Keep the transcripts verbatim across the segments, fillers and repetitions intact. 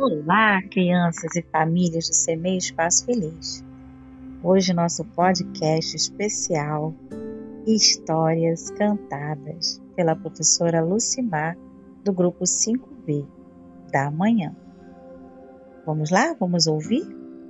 Olá, crianças e famílias do Semeio Espaço Feliz. Hoje nosso podcast especial Histórias Cantadas pela professora Lucimar do grupo cinco B da manhã. Vamos lá? Vamos ouvir?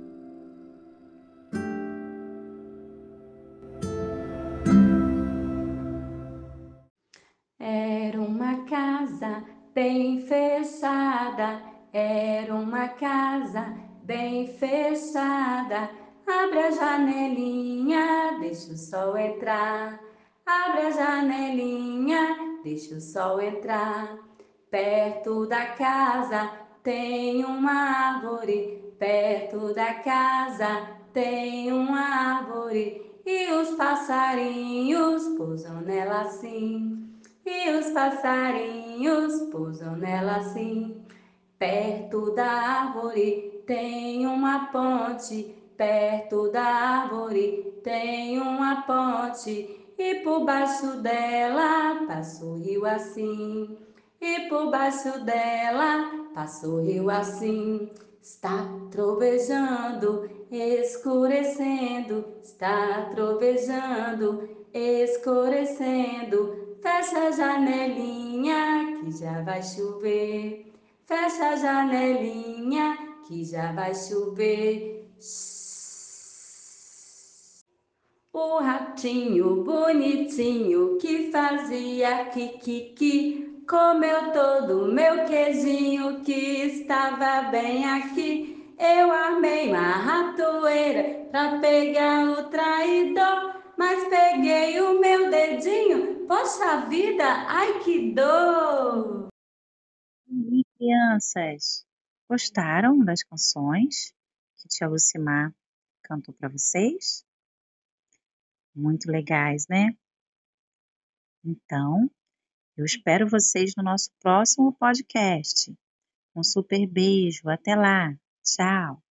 Era uma casa bem fechada, era uma casa bem fechada. Abre a janelinha, deixa o sol entrar. Abre a janelinha, deixa o sol entrar. Perto da casa tem uma árvore, perto da casa tem uma árvore. E os passarinhos pousam nela assim. E os passarinhos pousam nela assim. Perto da árvore tem uma ponte, perto da árvore tem uma ponte. E por baixo dela passa o rio assim. E por baixo dela passa o rio assim. Está trovejando, escurecendo, está trovejando, escurecendo. Fecha a janelinha que já vai chover. Fecha a janelinha que já vai chover. O ratinho bonitinho que fazia kikiki comeu todo o meu queijinho que estava bem aqui. Eu armei uma ratoeira pra pegar o traidor, mas peguei o meu dedinho. Poxa vida, ai que dor! E crianças, gostaram das canções que tia Lucimar cantou para vocês? Muito legais, né? Então, eu espero vocês no nosso próximo podcast. Um super beijo, até lá. Tchau.